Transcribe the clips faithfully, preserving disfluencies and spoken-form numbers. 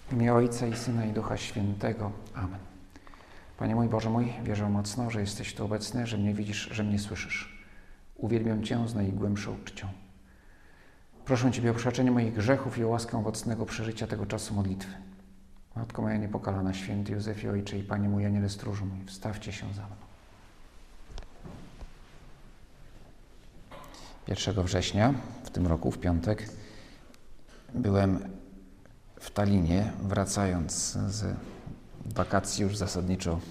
W imię Ojca i Syna i Ducha Świętego. Amen. Panie mój, Boże mój, wierzę mocno, że jesteś tu obecny, że mnie widzisz, że mnie słyszysz. Uwielbiam Cię z najgłębszą czcią. Proszę Ciebie o przebaczenie moich grzechów i o łaskę owocnego przeżycia tego czasu modlitwy. Matko moja niepokalana, święty Józefie, Ojcze i Panie mój, Aniele stróżu mój, wstawcie się za mną. pierwszego września w tym roku, w piątek, byłem w Tallinie, wracając z wakacji już zasadniczo.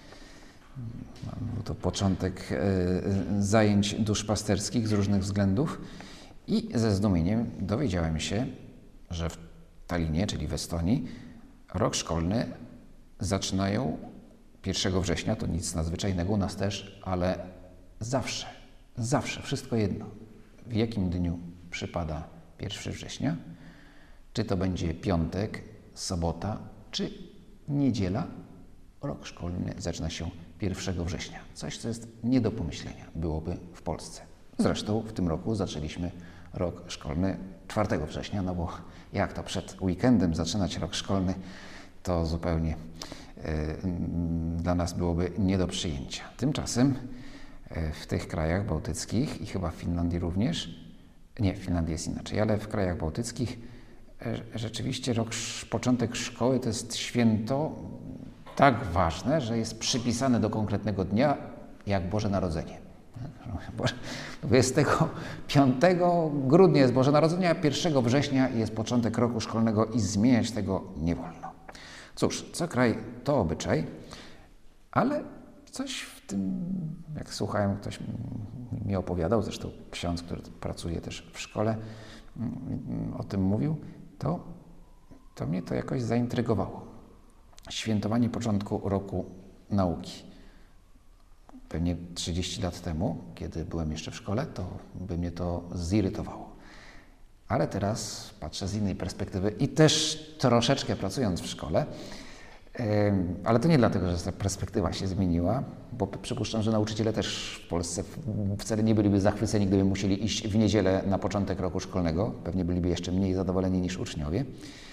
Był to początek zajęć duszpasterskich z różnych względów i ze zdumieniem dowiedziałem się, że w Tallinie, czyli w Estonii, rok szkolny zaczynają pierwszego września, to nic nadzwyczajnego u nas też, ale zawsze, zawsze, wszystko jedno, w jakim dniu przypada pierwszego września, czy to będzie piątek, sobota, czy niedziela, rok szkolny zaczyna się pierwszego września. Coś, co jest nie do pomyślenia byłoby w Polsce. Zresztą w tym roku zaczęliśmy rok szkolny czwartego września, no bo jak to przed weekendem zaczynać rok szkolny, to zupełnie yy, dla nas byłoby nie do przyjęcia. Tymczasem yy, w tych krajach bałtyckich i chyba w Finlandii również, nie, w Finlandii jest inaczej, ale w krajach bałtyckich yy, rzeczywiście rok, początek szkoły to jest święto tak ważne, że jest przypisane do konkretnego dnia, jak Boże Narodzenie. dwudziestego piątego grudnia jest Boże Narodzenie, a pierwszego września jest początek roku szkolnego i zmieniać tego nie wolno. Cóż, co kraj to obyczaj, ale coś w tym, jak słuchałem, ktoś mi opowiadał, zresztą ksiądz, który pracuje też w szkole, o tym mówił, to, to mnie to jakoś zaintrygowało. Świętowanie początku roku nauki. Pewnie trzydzieści lat temu, kiedy byłem jeszcze w szkole, to by mnie to zirytowało. Ale teraz patrzę z innej perspektywy i też troszeczkę pracując w szkole, yy, ale to nie dlatego, że ta perspektywa się zmieniła, bo przypuszczam, że nauczyciele też w Polsce wcale nie byliby zachwyceni, gdyby musieli iść w niedzielę na początek roku szkolnego. Pewnie byliby jeszcze mniej zadowoleni niż uczniowie.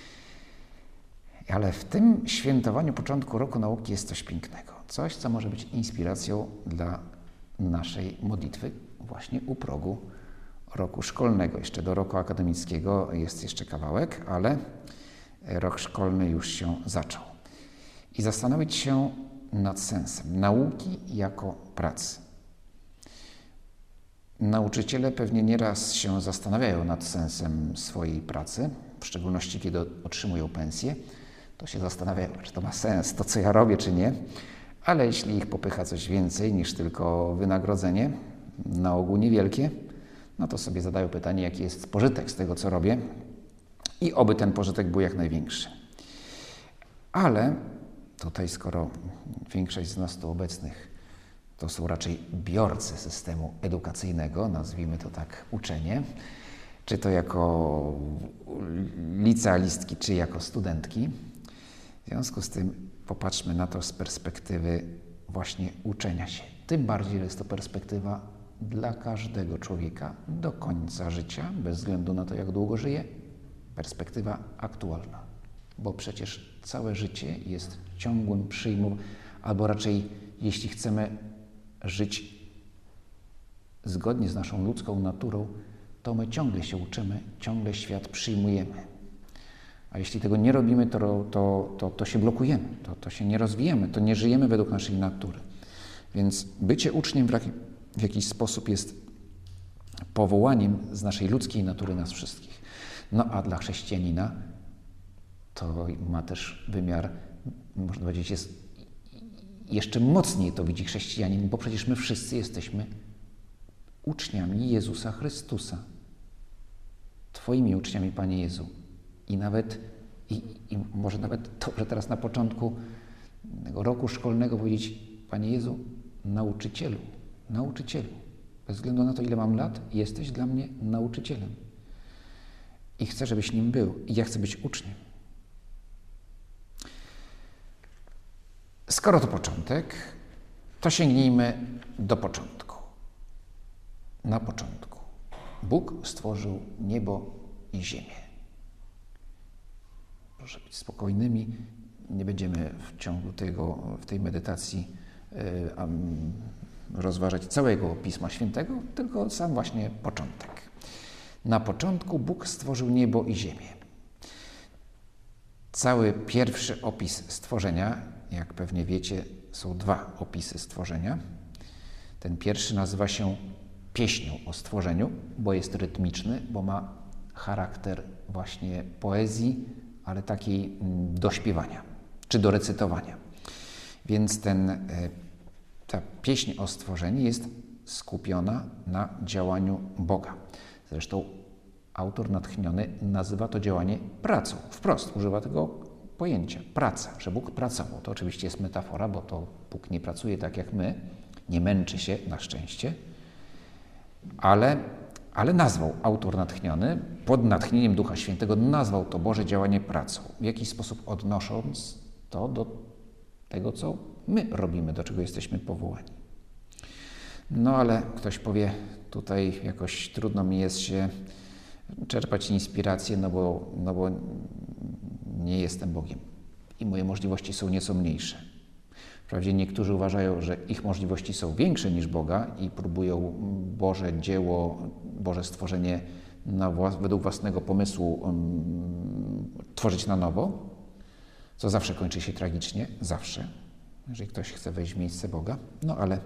Ale w tym świętowaniu początku roku nauki jest coś pięknego. Coś, co może być inspiracją dla naszej modlitwy właśnie u progu roku szkolnego. Jeszcze do roku akademickiego jest jeszcze kawałek, ale rok szkolny już się zaczął. I zastanowić się nad sensem nauki jako pracy. Nauczyciele pewnie nieraz się zastanawiają nad sensem swojej pracy, w szczególności kiedy otrzymują pensję. To się zastanawiają, czy to ma sens, to co ja robię, czy nie. Ale jeśli ich popycha coś więcej niż tylko wynagrodzenie, na ogół niewielkie, no to sobie zadają pytanie, jaki jest pożytek z tego, co robię i oby ten pożytek był jak największy. Ale tutaj, skoro większość z nas tu obecnych to są raczej biorcy systemu edukacyjnego, nazwijmy to tak uczenie, czy to jako licealistki, czy jako studentki. W związku z tym popatrzmy na to z perspektywy właśnie uczenia się. Tym bardziej jest to perspektywa dla każdego człowieka do końca życia, bez względu na to, jak długo żyje, perspektywa aktualna. Bo przecież całe życie jest ciągłym przyjmowaniem, albo raczej, jeśli chcemy żyć zgodnie z naszą ludzką naturą, to my ciągle się uczymy, ciągle świat przyjmujemy. A jeśli tego nie robimy, to, to, to, to się blokujemy, to, to się nie rozwijamy, to nie żyjemy według naszej natury. Więc bycie uczniem w, jaki, w jakiś sposób jest powołaniem z naszej ludzkiej natury nas wszystkich. No a dla chrześcijanina to ma też wymiar, można powiedzieć, jest jeszcze mocniej to widzi chrześcijanin, bo przecież my wszyscy jesteśmy uczniami Jezusa Chrystusa. Twoimi uczniami, Panie Jezu. I nawet, i, i może nawet dobrze teraz na początku tego roku szkolnego powiedzieć, Panie Jezu, nauczycielu, nauczycielu. Bez względu na to, ile mam lat, jesteś dla mnie nauczycielem. I chcę, żebyś nim był. I ja chcę być uczniem. Skoro to początek, to sięgnijmy do początku. Na początku Bóg stworzył niebo i ziemię. proszę być spokojnymi. Nie będziemy w ciągu tego, w tej medytacji y, um, rozważać całego Pisma Świętego, tylko sam właśnie początek. Na początku Bóg stworzył niebo i ziemię. Cały pierwszy opis stworzenia, jak pewnie wiecie, są dwa opisy stworzenia. Ten pierwszy nazywa się pieśnią o stworzeniu, bo jest rytmiczny, bo ma charakter właśnie poezji, ale takiej do śpiewania czy do recytowania. Więc ten, ta pieśń o stworzeniu jest skupiona na działaniu Boga. Zresztą autor natchniony nazywa to działanie pracą. Wprost używa tego pojęcia praca, że Bóg pracował. To oczywiście jest metafora, bo to Bóg nie pracuje tak jak my, nie męczy się na szczęście, ale, ale nazwał autor natchniony, pod natchnieniem Ducha Świętego nazwał to Boże działanie pracą, w jakiś sposób odnosząc to do tego, co my robimy, do czego jesteśmy powołani. No ale ktoś powie, tutaj jakoś trudno mi jest się czerpać inspirację, no bo, no bo nie jestem Bogiem i moje możliwości są nieco mniejsze. Wprawdzie niektórzy uważają, że ich możliwości są większe niż Boga i próbują Boże dzieło, Boże stworzenie na włas według własnego pomysłu um, tworzyć na nowo, co zawsze kończy się tragicznie, zawsze, jeżeli ktoś chce wejść w miejsce Boga. No ale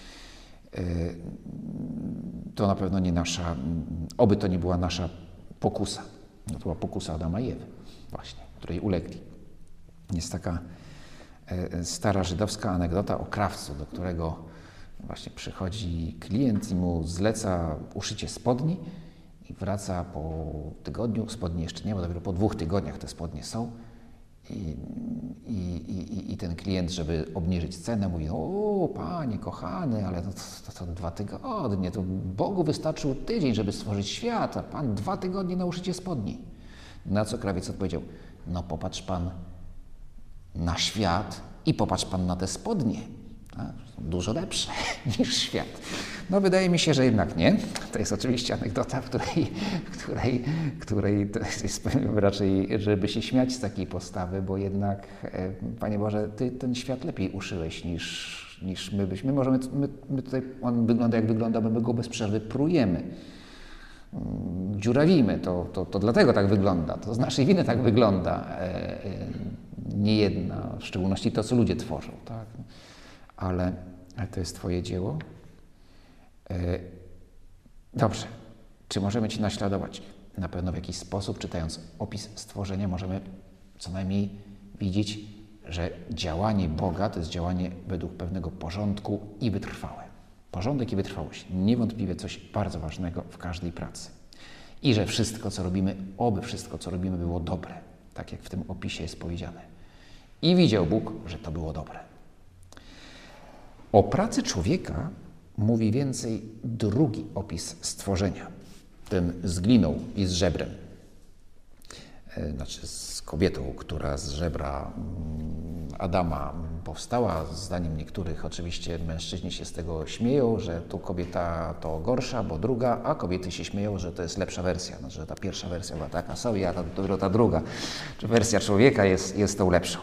to na pewno nie nasza, oby to nie była nasza pokusa. No to była pokusa Adama i Ewy, właśnie, której ulegli. Jest taka stara żydowska anegdota o krawcu, do którego właśnie przychodzi klient i mu zleca uszycie spodni i wraca po tygodniu, spodni jeszcze nie ma, dopiero po dwóch tygodniach te spodnie są. I, i, i, I ten klient, żeby obniżyć cenę, mówi: o, panie kochany, ale to, to, to dwa tygodnie, to Bogu wystarczył tydzień, żeby stworzyć świat, a pan dwa tygodnie na uszycie spodni. Na co krawiec odpowiedział: no popatrz pan na świat i popatrz pan na te spodnie. A, dużo lepsze niż świat. No wydaje mi się, że jednak nie. To jest oczywiście anegdota, w której, w której, której to jest raczej, żeby się śmiać z takiej postawy, bo jednak, Panie Boże, Ty ten świat lepiej uszyłeś niż, niż my byśmy. My możemy, my, my tutaj, on wygląda jak wygląda, my go bez przerwy prujemy. Dziurawimy, to, to, to dlatego tak wygląda, to z naszej winy tak wygląda. Nie jedna, w szczególności to, co ludzie tworzą, tak? Ale, ale to jest Twoje dzieło. Dobrze, czy możemy Ci naśladować? Na pewno w jakiś sposób, czytając opis stworzenia, możemy co najmniej widzieć, że działanie Boga to jest działanie według pewnego porządku i wytrwałe. Porządek i wytrwałość, niewątpliwie coś bardzo ważnego w każdej pracy. I że wszystko, co robimy, oby wszystko, co robimy, było dobre, tak jak w tym opisie jest powiedziane. I widział Bóg, że to było dobre. O pracy człowieka mówi więcej drugi opis stworzenia, ten z gliną i z żebrem. Znaczy z kobietą, która z żebra Adama powstała. Zdaniem niektórych oczywiście mężczyźni się z tego śmieją, że tu kobieta to gorsza, bo druga, a kobiety się śmieją, że to jest lepsza wersja, znaczy, że ta pierwsza wersja była taka sobie, a ta, dopiero ta druga, że wersja człowieka jest, jest tą lepszą.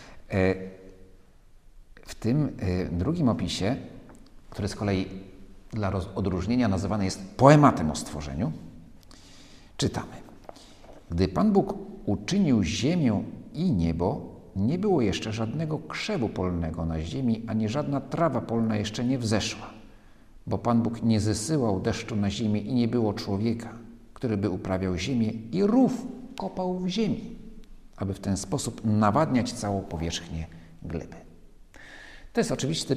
W tym drugim opisie, który z kolei dla odróżnienia nazywany jest poematem o stworzeniu, czytamy: gdy Pan Bóg uczynił ziemię i niebo, nie było jeszcze żadnego krzewu polnego na ziemi, ani żadna trawa polna jeszcze nie wzeszła, bo Pan Bóg nie zesyłał deszczu na ziemię i nie było człowieka, który by uprawiał ziemię i rów kopał w ziemi, aby w ten sposób nawadniać całą powierzchnię gleby. To jest oczywiście,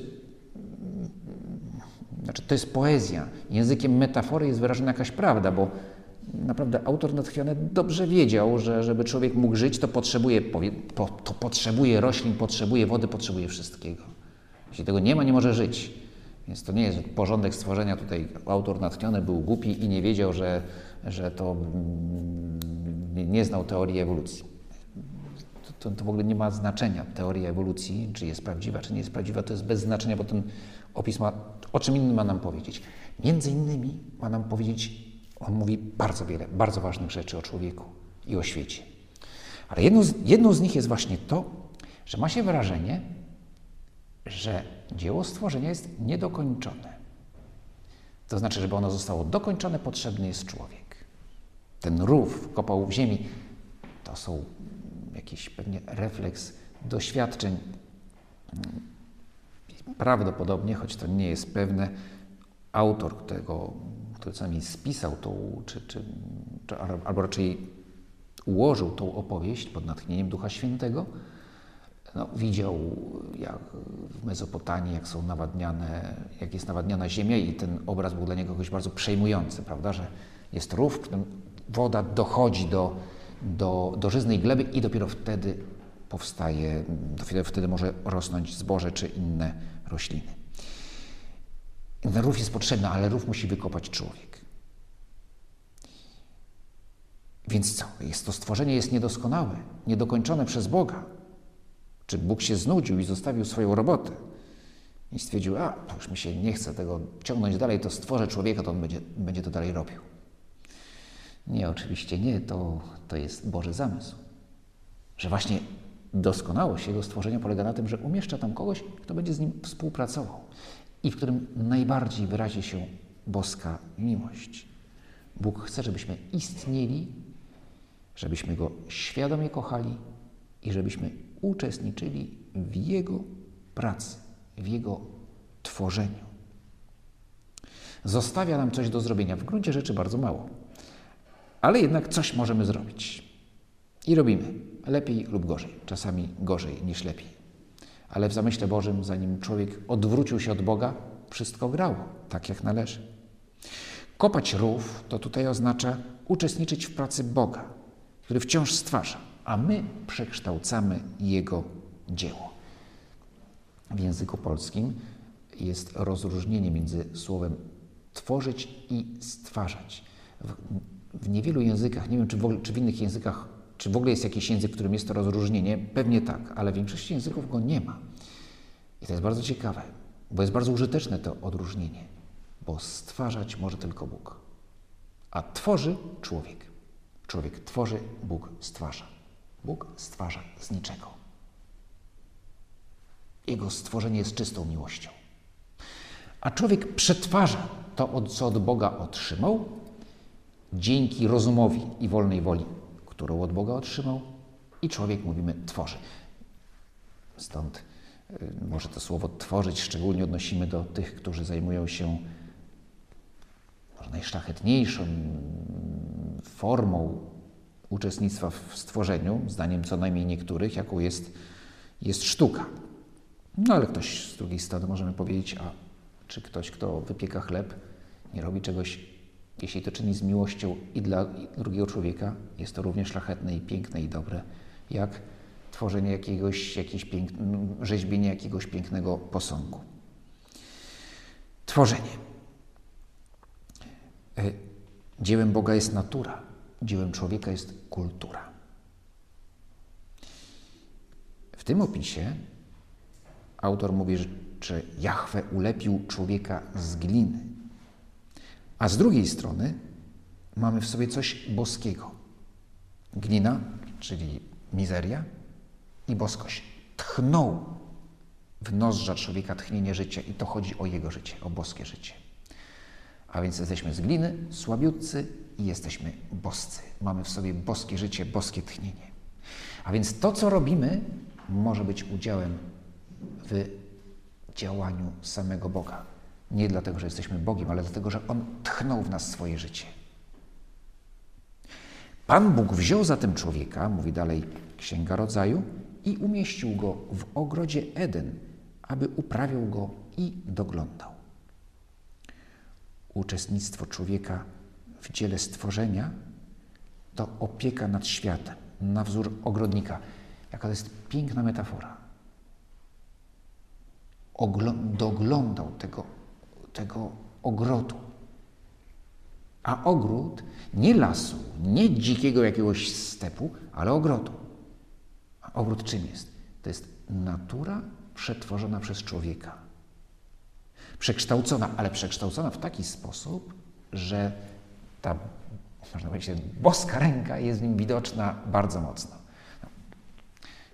znaczy to jest poezja. Językiem metafory jest wyrażona jakaś prawda, bo naprawdę autor natchniony dobrze wiedział, że żeby człowiek mógł żyć, to potrzebuje, to potrzebuje roślin, potrzebuje wody, potrzebuje wszystkiego. Jeśli tego nie ma, nie może żyć. Więc to nie jest porządek stworzenia. Tutaj autor natchniony był głupi i nie wiedział, że, że to nie znał teorii ewolucji. To, to w ogóle nie ma znaczenia, teoria ewolucji, czy jest prawdziwa, czy nie jest prawdziwa, to jest bez znaczenia, bo ten opis ma, o czym innym ma nam powiedzieć. Między innymi ma nam powiedzieć, on mówi bardzo wiele, bardzo ważnych rzeczy o człowieku i o świecie. Ale jedną z, jedną z nich jest właśnie to, że ma się wrażenie, że dzieło stworzenia jest niedokończone. To znaczy, żeby ono zostało dokończone, potrzebny jest człowiek. Ten rów kopał w ziemi, to są jakiś pewnie refleks doświadczeń. Prawdopodobnie, choć to nie jest pewne, autor tego, który co najmniej spisał tą, czy, czy, czy, albo raczej ułożył tą opowieść pod natchnieniem Ducha Świętego, no, widział jak w Mezopotamii, jak są nawadniane, jak jest nawadniana ziemia i ten obraz był dla niego jakoś bardzo przejmujący, prawda, że jest rów, w którym woda dochodzi do, do, do żyznej gleby i dopiero wtedy powstaje, dopiero wtedy może rosnąć zboże czy inne rośliny. Ten rów jest potrzebny, ale rów musi wykopać człowiek. Więc co? Jest to stworzenie jest niedoskonałe, niedokończone przez Boga. Czy Bóg się znudził i zostawił swoją robotę i stwierdził, a to już mi się nie chce tego ciągnąć dalej, to stworzę człowieka, to on będzie, będzie to dalej robił. Nie, oczywiście nie, to, to jest Boży zamysł. Że właśnie doskonałość Jego stworzenia polega na tym, że umieszcza tam kogoś, kto będzie z Nim współpracował i w którym najbardziej wyrazi się boska miłość. Bóg chce, żebyśmy istnieli, żebyśmy Go świadomie kochali i żebyśmy uczestniczyli w Jego pracy, w Jego tworzeniu. Zostawia nam coś do zrobienia, w gruncie rzeczy bardzo mało, ale jednak coś możemy zrobić. I robimy, lepiej lub gorzej, czasami gorzej niż lepiej. Ale w zamyśle Bożym, zanim człowiek odwrócił się od Boga, wszystko grało, tak jak należy. Kopać rów to tutaj oznacza uczestniczyć w pracy Boga, który wciąż stwarza, a my przekształcamy Jego dzieło. W języku polskim jest rozróżnienie między słowem tworzyć i stwarzać. W, w niewielu językach, nie wiem czy w, ogóle, czy w innych językach, czy w ogóle jest jakiś język, w którym jest to rozróżnienie, pewnie tak, ale w większości języków go nie ma. I to jest bardzo ciekawe, bo jest bardzo użyteczne to odróżnienie, bo stwarzać może tylko Bóg, a tworzy człowiek. Człowiek tworzy, Bóg stwarza. Bóg stwarza z niczego. Jego stworzenie jest czystą miłością. A człowiek przetwarza to, co od Boga otrzymał, dzięki rozumowi i wolnej woli, którą od Boga otrzymał, i człowiek, mówimy, tworzy. Stąd y, może to słowo tworzyć szczególnie odnosimy do tych, którzy zajmują się może najszlachetniejszą formą uczestnictwa w stworzeniu, zdaniem co najmniej niektórych, jaką jest, jest sztuka. No ale ktoś z drugiej strony możemy powiedzieć, a czy ktoś, kto wypieka chleb, nie robi czegoś, jeśli to czyni z miłością i dla drugiego człowieka, jest to równie szlachetne i piękne i dobre, jak tworzenie jakiegoś, jakieś pięk... rzeźbienie jakiegoś pięknego posągu. Tworzenie. Dziełem Boga jest natura, dziełem człowieka jest kultura. W tym opisie autor mówi, że Jahwe ulepił człowieka z gliny, a z drugiej strony mamy w sobie coś boskiego. Glina, czyli mizeria, i boskość. Tchnął w nozdrza człowieka tchnienie życia i to chodzi o jego życie, o boskie życie. A więc jesteśmy z gliny, słabiutcy i jesteśmy boscy. Mamy w sobie boskie życie, boskie tchnienie. A więc to, co robimy, może być udziałem w działaniu samego Boga. Nie dlatego, że jesteśmy Bogiem, ale dlatego, że On tchnął w nas swoje życie. Pan Bóg wziął zatem człowieka, mówi dalej Księga Rodzaju, i umieścił go w ogrodzie Eden, aby uprawiał go i doglądał. Uczestnictwo człowieka w dziele stworzenia to opieka nad światem, na wzór ogrodnika. Jaka to jest piękna metafora. Ogl- doglądał tego, tego ogrodu. A ogród nie lasu, nie dzikiego jakiegoś stepu, ale ogrodu. A ogród czym jest? To jest natura przetworzona przez człowieka. Przekształcona, ale przekształcona w taki sposób, że ta, można powiedzieć, boska ręka jest w nim widoczna bardzo mocno.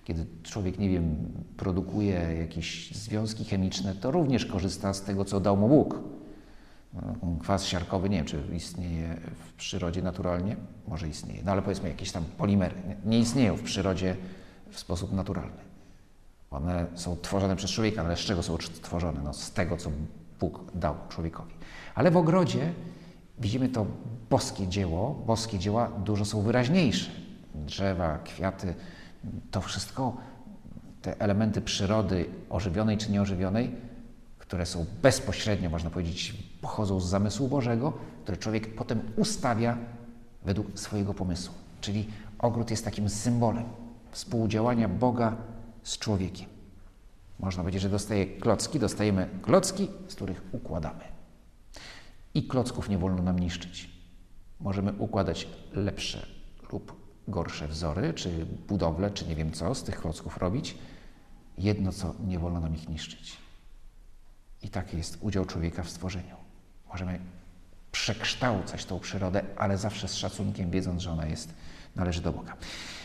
Kiedy człowiek, nie wiem, produkuje jakieś związki chemiczne, to również korzysta z tego, co dał mu Bóg. Kwas siarkowy, nie wiem, czy istnieje w przyrodzie naturalnie? Może istnieje, no ale powiedzmy jakieś tam polimery. Nie istnieją w przyrodzie w sposób naturalny. One są tworzone przez człowieka, ale z czego są tworzone? No z tego, co Bóg dał człowiekowi. Ale w ogrodzie widzimy to boskie dzieło. Boskie dzieła dużo są wyraźniejsze. Drzewa, kwiaty, to wszystko, te elementy przyrody ożywionej czy nieożywionej, które są bezpośrednio, można powiedzieć, pochodzą z zamysłu Bożego, które człowiek potem ustawia według swojego pomysłu. Czyli ogród jest takim symbolem współdziałania Boga z człowiekiem. Można powiedzieć, że dostaje klocki, dostajemy klocki, z których układamy. I klocków nie wolno nam niszczyć. Możemy układać lepsze lub gorsze wzory, czy budowle, czy nie wiem co z tych klocków robić. Jedno, co nie wolno nam ich niszczyć. I taki jest udział człowieka w stworzeniu. Możemy przekształcać tą przyrodę, ale zawsze z szacunkiem, wiedząc, że ona jest, należy do Boga.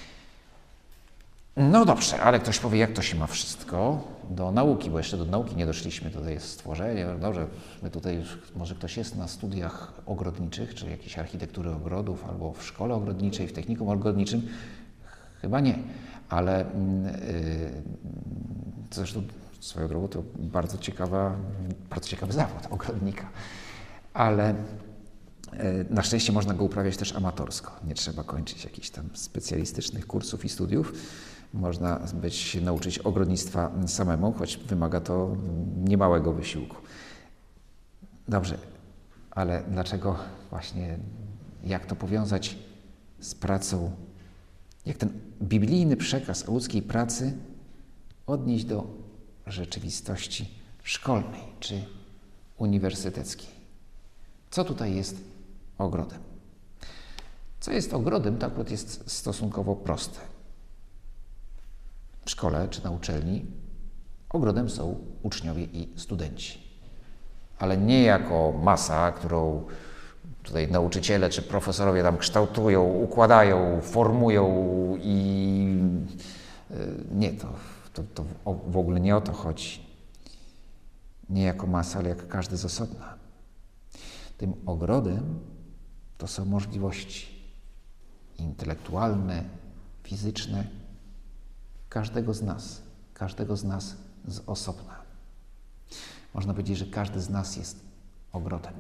No dobrze, ale ktoś powie, jak to się ma wszystko do nauki, bo jeszcze do nauki nie doszliśmy, tutaj jest stworzenie. Dobrze, my tutaj już, może ktoś jest na studiach ogrodniczych, czy jakiejś architektury ogrodów, albo w szkole ogrodniczej, w technikum ogrodniczym. Chyba nie, ale yy, zresztą swoją drogą to bardzo ciekawa, bardzo ciekawy zawód ogrodnika, ale yy, na szczęście można go uprawiać też amatorsko. Nie trzeba kończyć jakichś tam specjalistycznych kursów i studiów. Można być, nauczyć ogrodnictwa samemu, choć wymaga to niemałego wysiłku. Dobrze, ale dlaczego właśnie, jak to powiązać z pracą, jak ten biblijny przekaz o ludzkiej pracy odnieść do rzeczywistości szkolnej czy uniwersyteckiej? Co tutaj jest ogrodem? Co jest ogrodem, to akurat jest stosunkowo proste. W szkole czy na uczelni ogrodem są uczniowie i studenci. Ale nie jako masa, którą tutaj nauczyciele czy profesorowie tam kształtują, układają, formują i nie, to, to, to w ogóle nie o to chodzi. Nie jako masa, ale jak każdy z osobna. Tym ogrodem to są możliwości intelektualne, fizyczne, każdego z nas, każdego z nas z osobna. Można powiedzieć, że każdy z nas jest ogrodem.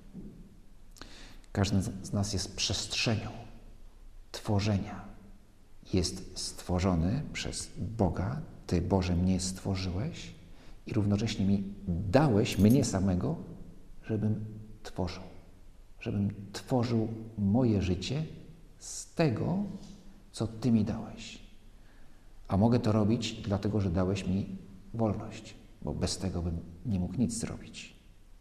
Każdy z nas jest przestrzenią tworzenia. Jest stworzony przez Boga. Ty, Boże, mnie stworzyłeś i równocześnie mi dałeś mnie samego, żebym tworzył. Żebym tworzył moje życie z tego, co Ty mi dałeś. A mogę to robić dlatego, że dałeś mi wolność, bo bez tego bym nie mógł nic zrobić.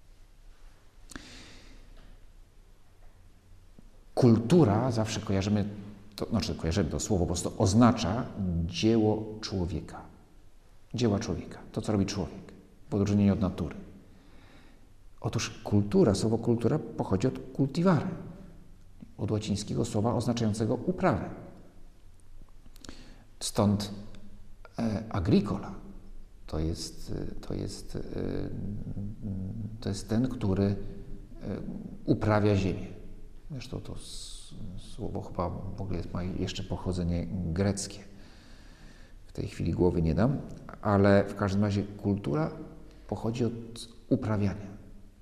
Kultura, zawsze kojarzymy, to, znaczy kojarzymy to słowo, po prostu oznacza dzieło człowieka. Dzieła człowieka, to co robi człowiek, w odróżnieniu od natury. Otóż kultura, słowo kultura pochodzi od cultivare, od łacińskiego słowa oznaczającego uprawę. Stąd e, agricola to jest, to, jest, e, to jest ten, który e, uprawia ziemię. Zresztą to słowo chyba w ogóle ma jeszcze pochodzenie greckie. W tej chwili głowy nie dam, ale w każdym razie kultura pochodzi od uprawiania.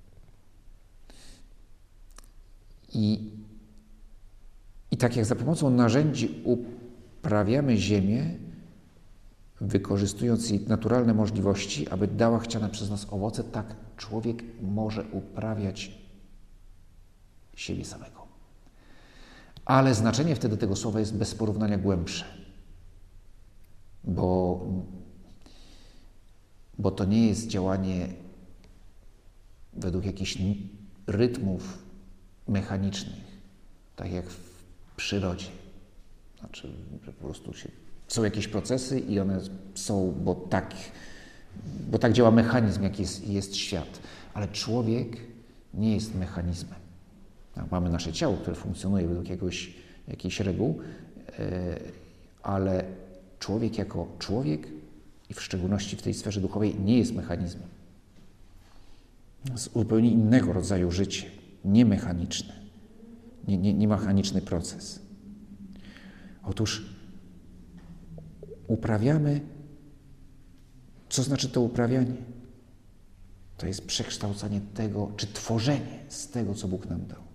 I, i tak jak za pomocą narzędzi uprawiamy ziemię, wykorzystując jej naturalne możliwości, aby dała chciane przez nas owoce, tak człowiek może uprawiać siebie samego. Ale znaczenie wtedy tego słowa jest bez porównania głębsze, bo, bo to nie jest działanie według jakichś rytmów mechanicznych, tak jak w przyrodzie. Znaczy, że po prostu się, są jakieś procesy i one są, bo tak, bo tak działa mechanizm, jaki jest, jest świat. Ale człowiek nie jest mechanizmem. Mamy nasze ciało, które funkcjonuje według jakiegoś, jakichś reguł, ale człowiek jako człowiek i w szczególności w tej sferze duchowej nie jest mechanizmem. Jest zupełnie innego rodzaju życie, niemechaniczne, nie, nie, nie mechaniczny proces. Otóż uprawiamy, co znaczy to uprawianie? To jest przekształcanie tego, czy tworzenie z tego, co Bóg nam dał.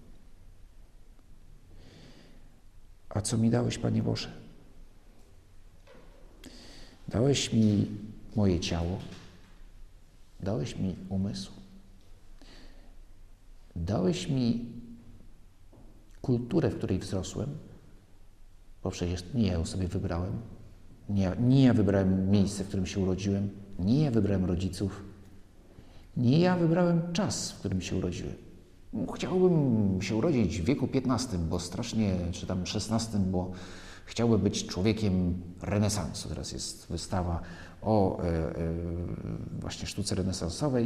A co mi dałeś, Panie Boże? Dałeś mi moje ciało, dałeś mi umysł, dałeś mi kulturę, w której wzrosłem, bo przecież nie ja ją sobie wybrałem, nie, nie ja wybrałem miejsce, w którym się urodziłem, nie ja wybrałem rodziców, nie ja wybrałem czas, w którym się urodziłem. Chciałbym się urodzić w wieku piętnastym, bo strasznie, czy tam szesnastym, bo chciałbym być człowiekiem renesansu. Teraz jest wystawa o e, e, właśnie sztuce renesansowej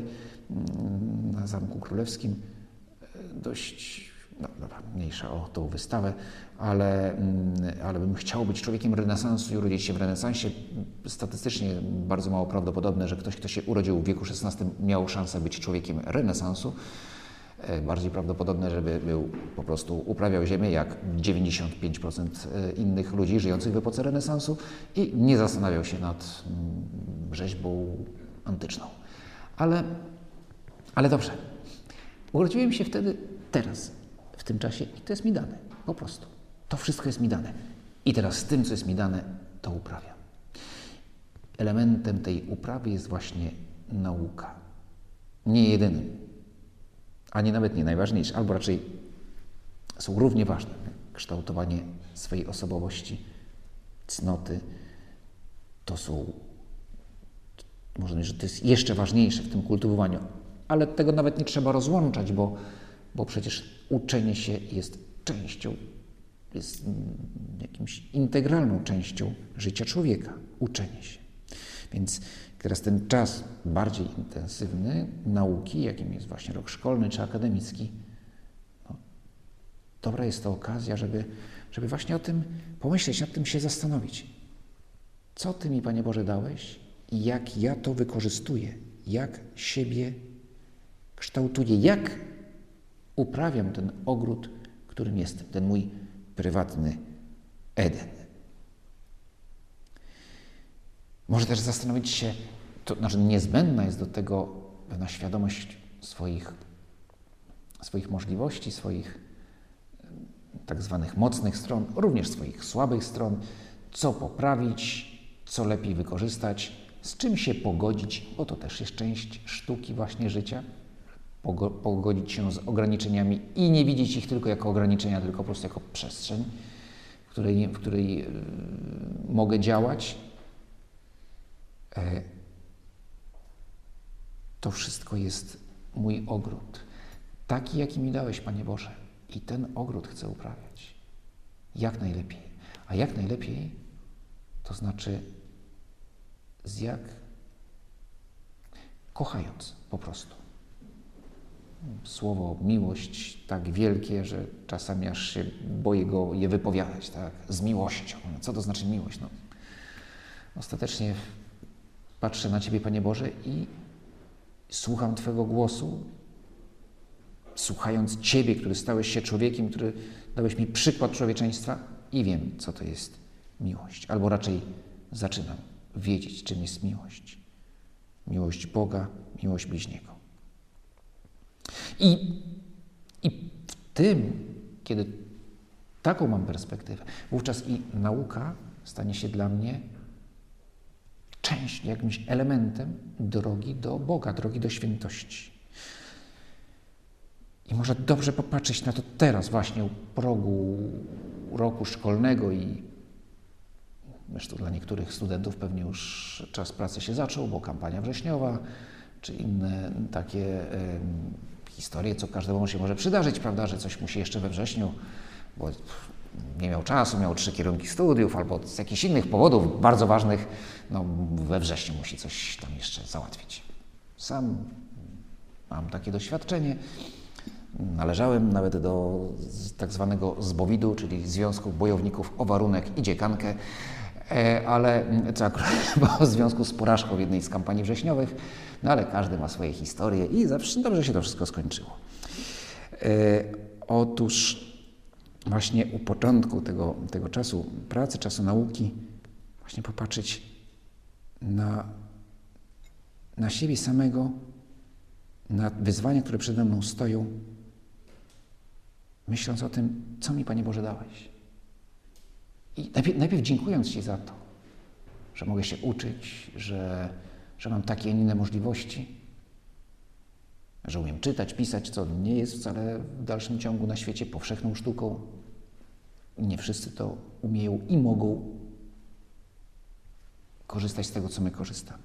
na Zamku Królewskim. Dość, no dobra, mniejsza o tą wystawę, ale, ale bym chciał być człowiekiem renesansu i urodzić się w renesansie. Statystycznie bardzo mało prawdopodobne, że ktoś, kto się urodził w wieku szesnastym, miał szansę być człowiekiem renesansu. Bardziej prawdopodobne, żeby był po prostu uprawiał ziemię jak dziewięćdziesiąt pięć procent innych ludzi żyjących w epoce renesansu i nie zastanawiał się nad rzeźbą antyczną. Ale, ale dobrze. Urodziłem się wtedy, teraz, w tym czasie i to jest mi dane. Po prostu. To wszystko jest mi dane. I teraz z tym, co jest mi dane, to uprawiam. Elementem tej uprawy jest właśnie nauka. Nie jedynym. Ani nawet nie najważniejsze, albo raczej są równie ważne. Kształtowanie swojej osobowości, cnoty, to są, można powiedzieć, że to jest jeszcze ważniejsze w tym kultywowaniu, ale tego nawet nie trzeba rozłączać, bo, bo przecież uczenie się jest częścią, jest jakimś integralną częścią życia człowieka. Uczenie się. Więc teraz ten czas bardziej intensywny nauki, jakim jest właśnie rok szkolny czy akademicki, no, dobra jest to okazja, żeby, żeby właśnie o tym pomyśleć, nad tym się zastanowić. Co Ty mi, Panie Boże, dałeś i jak ja to wykorzystuję, jak siebie kształtuję, jak uprawiam ten ogród, którym jestem, ten mój prywatny Eden. Może też zastanowić się, to znaczy niezbędna jest do tego pewna świadomość swoich, swoich możliwości, swoich tak zwanych mocnych stron, również swoich słabych stron, co poprawić, co lepiej wykorzystać, z czym się pogodzić, bo to też jest część sztuki właśnie życia, pogodzić się z ograniczeniami i nie widzieć ich tylko jako ograniczenia, tylko po prostu jako przestrzeń, w której, w której yy, mogę działać. To wszystko jest mój ogród. Taki, jaki mi dałeś, Panie Boże. I ten ogród chcę uprawiać. Jak najlepiej. A jak najlepiej, to znaczy z jak? Kochając po prostu. Słowo miłość tak wielkie, że czasami aż się boję go je wypowiadać, tak? Z miłością. Co to znaczy miłość? No, ostatecznie patrzę na Ciebie, Panie Boże, i słucham Twego głosu, słuchając Ciebie, który stałeś się człowiekiem, który dałeś mi przykład człowieczeństwa i wiem, co to jest miłość. Albo raczej zaczynam wiedzieć, czym jest miłość. Miłość Boga, miłość bliźniego. I, i w tym, kiedy taką mam perspektywę, wówczas i nauka stanie się dla mnie część, jakimś elementem drogi do Boga, drogi do świętości. I może dobrze popatrzeć na to teraz właśnie u progu roku szkolnego i zresztą dla niektórych studentów pewnie już czas pracy się zaczął, bo kampania wrześniowa, czy inne takie y, historie, co każdemu się może przydarzyć, prawda, że coś musi jeszcze we wrześniu, bo nie miał czasu, miał trzy kierunki studiów, albo z jakichś innych powodów bardzo ważnych, no we wrześniu musi coś tam jeszcze załatwić. Sam mam takie doświadczenie. Należałem nawet do tak zwanego zbowidu, czyli Związku Bojowników o Warunek i Dziekankę. E, ale co akurat było w związku z porażką w jednej z kampanii wrześniowych, no ale każdy ma swoje historie i zawsze dobrze się to wszystko skończyło. E, otóż właśnie u początku tego, tego czasu pracy, czasu nauki, właśnie popatrzeć na, na siebie samego, na wyzwania, które przede mną stoją, myśląc o tym, co mi, Panie Boże, dałeś. I najpierw, najpierw dziękując Ci za to, że mogę się uczyć, że, że mam takie, a inne możliwości, że umiem czytać, pisać, co nie jest wcale w dalszym ciągu na świecie powszechną sztuką. Nie wszyscy to umieją i mogą korzystać z tego, co my korzystamy.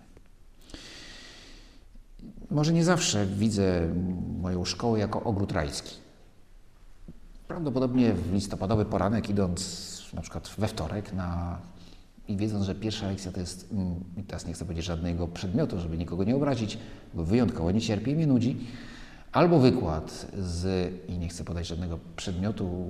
Może nie zawsze widzę moją szkołę jako ogród rajski. Prawdopodobnie w listopadowy poranek, idąc na przykład we wtorek na, i wiedząc, że pierwsza lekcja to jest, i teraz nie chcę powiedzieć żadnego przedmiotu, żeby nikogo nie obrazić, bo wyjątkowo nie cierpi i mnie nudzi, albo wykład z, i nie chcę podać żadnego przedmiotu,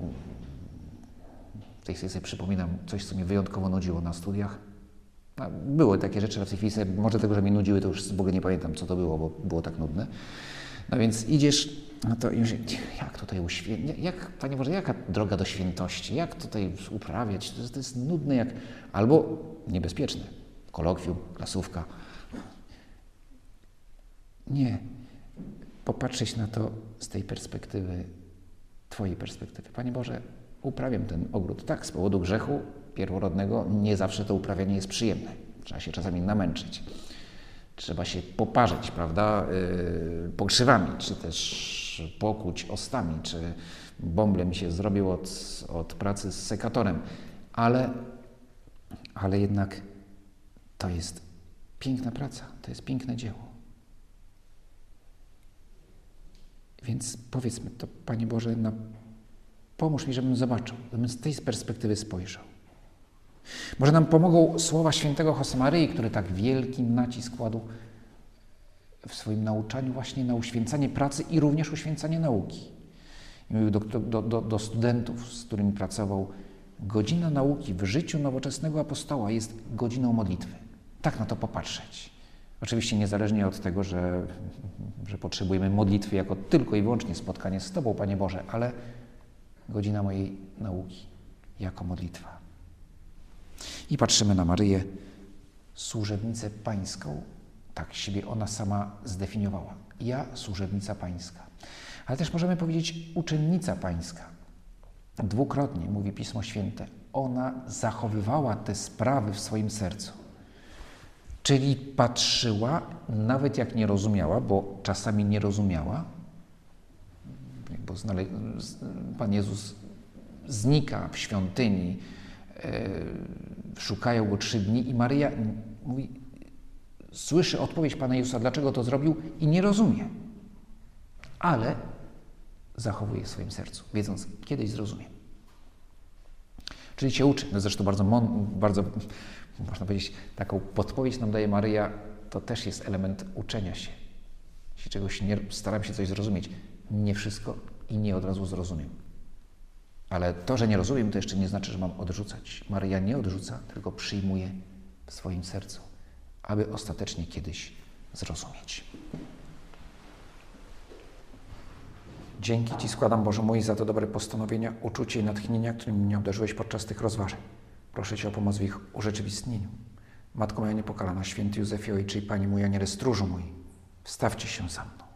w tej chwili sobie przypominam coś, co mnie wyjątkowo nudziło na studiach. Były takie rzeczy, ale w tej chwili sobie, może tego, że mnie nudziły, to już w ogóle nie pamiętam, co to było, bo było tak nudne. No więc idziesz, no to już, jak tutaj uświęcić, jak, Panie Boże, jaka droga do świętości, jak tutaj uprawiać, to jest, to jest nudne jak, albo niebezpieczne, kolokwium, klasówka. Nie, popatrzeć na to z tej perspektywy, Twojej perspektywy. Panie Boże, uprawiam ten ogród, tak, z powodu grzechu pierworodnego, nie zawsze to uprawianie jest przyjemne, trzeba się czasami namęczyć. Trzeba się poparzyć, prawda, yy, pokrzywami, czy też pokuć ostami, czy bąble mi się zrobił od, od pracy z sekatorem, ale, ale jednak to jest piękna praca, to jest piękne dzieło. Więc powiedzmy to, Panie Boże, na, pomóż mi, żebym zobaczył, żebym z tej perspektywy spojrzał. Może nam pomogą słowa świętego Josemaryi, który tak wielki nacisk kładł w swoim nauczaniu właśnie na uświęcanie pracy i również uświęcanie nauki. I mówił do, do, do, do studentów, z którymi pracował, godzina nauki w życiu nowoczesnego apostoła jest godziną modlitwy. Tak na to popatrzeć. Oczywiście niezależnie od tego, że, że potrzebujemy modlitwy jako tylko i wyłącznie spotkanie z Tobą, Panie Boże, ale godzina mojej nauki jako modlitwa. I patrzymy na Maryję, służebnicę pańską, tak siebie ona sama zdefiniowała. Ja, służebnica pańska. Ale też możemy powiedzieć uczennica pańska. Dwukrotnie mówi Pismo Święte. Ona zachowywała te sprawy w swoim sercu. Czyli patrzyła, nawet jak nie rozumiała, bo czasami nie rozumiała, bo znale... Pan Jezus znika w świątyni, szukają go trzy dni i Maryja mówi, słyszy odpowiedź Pana Jezusa, dlaczego to zrobił i nie rozumie, ale zachowuje w swoim sercu, wiedząc, kiedyś zrozumie. Czyli się uczy. No zresztą bardzo, bardzo, można powiedzieć, taką podpowiedź nam daje Maryja, to też jest element uczenia się. Jeśli czegoś nie, staram się coś zrozumieć, nie wszystko i nie od razu zrozumiem. Ale to, że nie rozumiem, to jeszcze nie znaczy, że mam odrzucać. Maryja nie odrzuca, tylko przyjmuje w swoim sercu, aby ostatecznie kiedyś zrozumieć. Dzięki Ci składam, Boże mój, za te dobre postanowienia, uczucie i natchnienia, którymi mnie obdarzyłeś podczas tych rozważań. Proszę Cię o pomoc w ich urzeczywistnieniu. Matko moja niepokalana, święty Józefie, Ojcze i Panie mój, Aniele stróżu mój, wstawcie się za mną.